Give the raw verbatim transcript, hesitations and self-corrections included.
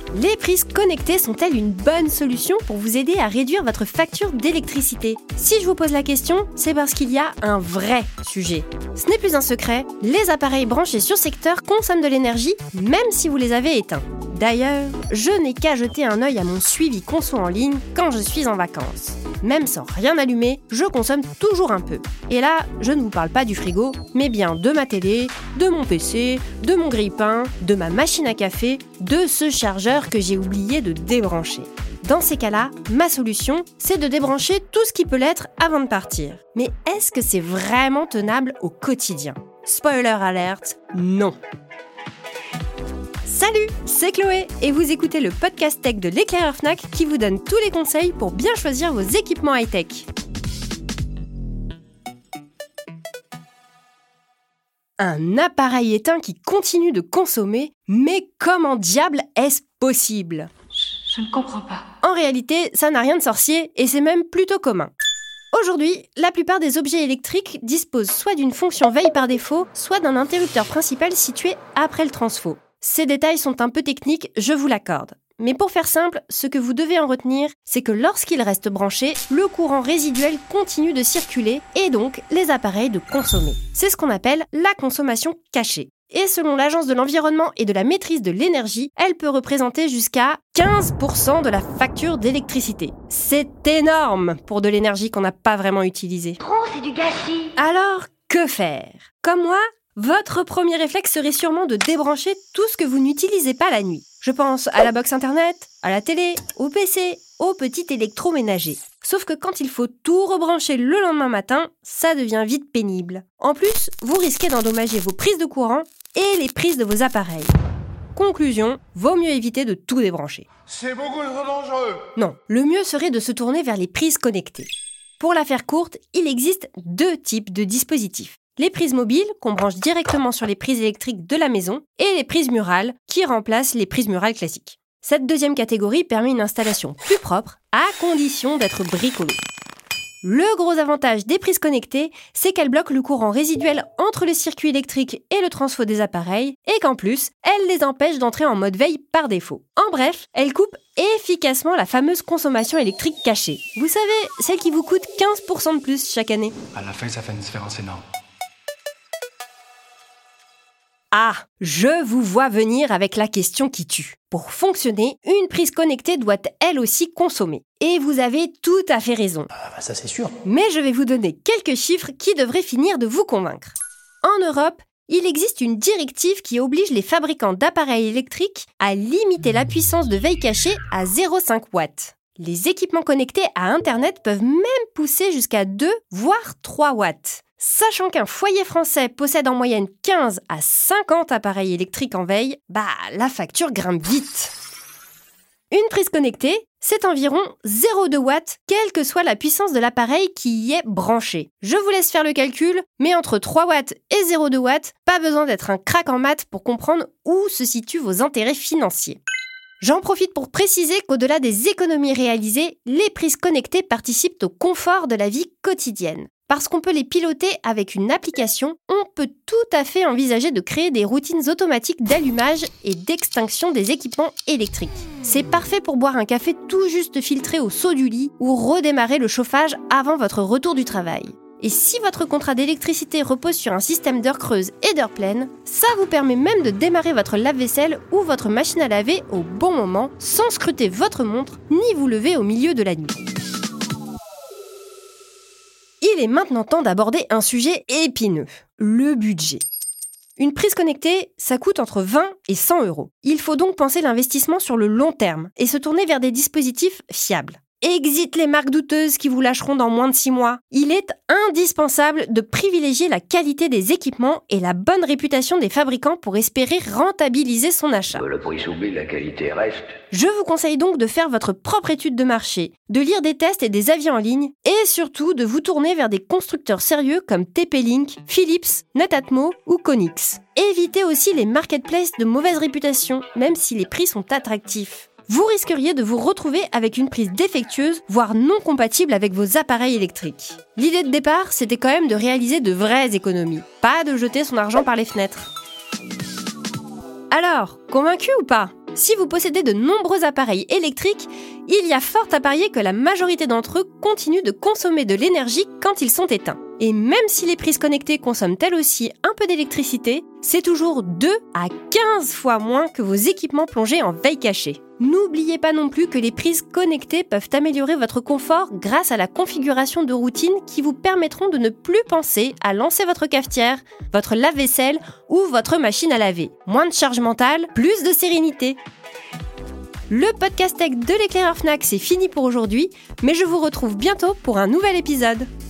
Les prises connectées sont-elles une bonne solution pour vous aider à réduire votre facture d'électricité ? Si je vous pose la question, c'est parce qu'il y a un vrai sujet. Ce n'est plus un secret, les appareils branchés sur secteur consomment de l'énergie, même si vous les avez éteints. D'ailleurs, je n'ai qu'à jeter un œil à mon suivi conso en ligne quand je suis en vacances. Même sans rien allumer, je consomme toujours un peu. Et là, je ne vous parle pas du frigo, mais bien de ma télé, de mon P C, de mon grille-pain, de ma machine à café, de ce chargeur que j'ai oublié de débrancher. Dans ces cas-là, ma solution, c'est de débrancher tout ce qui peut l'être avant de partir. Mais est-ce que c'est vraiment tenable au quotidien ? Spoiler alert, non. Salut, c'est Chloé et vous écoutez le podcast tech de l'éclaireur Fnac qui vous donne tous les conseils pour bien choisir vos équipements high-tech. Un appareil éteint qui continue de consommer, mais comment diable est-ce possible ? Je ne comprends pas. En réalité, ça n'a rien de sorcier et c'est même plutôt commun. Aujourd'hui, la plupart des objets électriques disposent soit d'une fonction veille par défaut, soit d'un interrupteur principal situé après le transfo. Ces détails sont un peu techniques, je vous l'accorde. Mais pour faire simple, ce que vous devez en retenir, c'est que lorsqu'il reste branché, le courant résiduel continue de circuler et donc les appareils de consommer. C'est ce qu'on appelle la consommation cachée. Et selon l'Agence de l'environnement et de la maîtrise de l'énergie, elle peut représenter jusqu'à quinze pour cent de la facture d'électricité. C'est énorme pour de l'énergie qu'on n'a pas vraiment utilisée. Trop, c'est du gâchis. Alors, que faire ? Comme moi, votre premier réflexe serait sûrement de débrancher tout ce que vous n'utilisez pas la nuit. Je pense à la box internet, à la télé, au P C, au petit électroménager. Sauf que quand il faut tout rebrancher le lendemain matin, ça devient vite pénible. En plus, vous risquez d'endommager vos prises de courant et les prises de vos appareils. Conclusion, vaut mieux éviter de tout débrancher. C'est beaucoup trop dangereux. Non, le mieux serait de se tourner vers les prises connectées. Pour la faire courte, il existe deux types de dispositifs. Les prises mobiles, qu'on branche directement sur les prises électriques de la maison, et les prises murales, qui remplacent les prises murales classiques. Cette deuxième catégorie permet une installation plus propre, à condition d'être bricolo. Le gros avantage des prises connectées, c'est qu'elles bloquent le courant résiduel entre le circuit électrique et le transfo des appareils, et qu'en plus, elles les empêchent d'entrer en mode veille par défaut. En bref, elles coupent efficacement la fameuse consommation électrique cachée. Vous savez, celle qui vous coûte quinze pour cent de plus chaque année. À la fin, ça fait une différence énorme. Ah, je vous vois venir avec la question qui tue. Pour fonctionner, une prise connectée doit elle aussi consommer. Et vous avez tout à fait raison. Ah bah ça c'est sûr. Mais je vais vous donner quelques chiffres qui devraient finir de vous convaincre. En Europe, il existe une directive qui oblige les fabricants d'appareils électriques à limiter la puissance de veille cachée à zéro virgule cinq watts. Les équipements connectés à Internet peuvent même pousser jusqu'à deux, voire trois watts. Sachant qu'un foyer français possède en moyenne quinze à cinquante appareils électriques en veille, bah la facture grimpe vite. Une prise connectée, c'est environ zéro virgule deux watts, quelle que soit la puissance de l'appareil qui y est branché. Je vous laisse faire le calcul, mais entre trois watts et zéro virgule deux watts, pas besoin d'être un crack en maths pour comprendre où se situent vos intérêts financiers. J'en profite pour préciser qu'au-delà des économies réalisées, les prises connectées participent au confort de la vie quotidienne. Parce qu'on peut les piloter avec une application, on peut tout à fait envisager de créer des routines automatiques d'allumage et d'extinction des équipements électriques. C'est parfait pour boire un café tout juste filtré au seau du lit ou redémarrer le chauffage avant votre retour du travail. Et si votre contrat d'électricité repose sur un système d'heures creuses et d'heures pleines, ça vous permet même de démarrer votre lave-vaisselle ou votre machine à laver au bon moment sans scruter votre montre ni vous lever au milieu de la nuit. Il est maintenant temps d'aborder un sujet épineux, le budget. Une prise connectée, ça coûte entre vingt et cent euros. Il faut donc penser l'investissement sur le long terme et se tourner vers des dispositifs fiables. Exit les marques douteuses qui vous lâcheront dans moins de six mois. Il est indispensable de privilégier la qualité des équipements et la bonne réputation des fabricants pour espérer rentabiliser son achat. Le prix s'oublie, la qualité reste. Je vous conseille donc de faire votre propre étude de marché, de lire des tests et des avis en ligne, et surtout de vous tourner vers des constructeurs sérieux comme T P-Link, Philips, Netatmo ou Konix. Évitez aussi les marketplaces de mauvaise réputation, même si les prix sont attractifs. Vous risqueriez de vous retrouver avec une prise défectueuse, voire non compatible avec vos appareils électriques. L'idée de départ, c'était quand même de réaliser de vraies économies, pas de jeter son argent par les fenêtres. Alors, convaincu ou pas ? Si vous possédez de nombreux appareils électriques, il y a fort à parier que la majorité d'entre eux continuent de consommer de l'énergie quand ils sont éteints. Et même si les prises connectées consomment elles aussi un peu d'électricité, c'est toujours deux à quinze fois moins que vos équipements plongés en veille cachée. N'oubliez pas non plus que les prises connectées peuvent améliorer votre confort grâce à la configuration de routine qui vous permettront de ne plus penser à lancer votre cafetière, votre lave-vaisselle ou votre machine à laver. Moins de charge mentale, plus de sérénité. Le podcast tech de l'éclaireur Fnac, c'est fini pour aujourd'hui, mais je vous retrouve bientôt pour un nouvel épisode.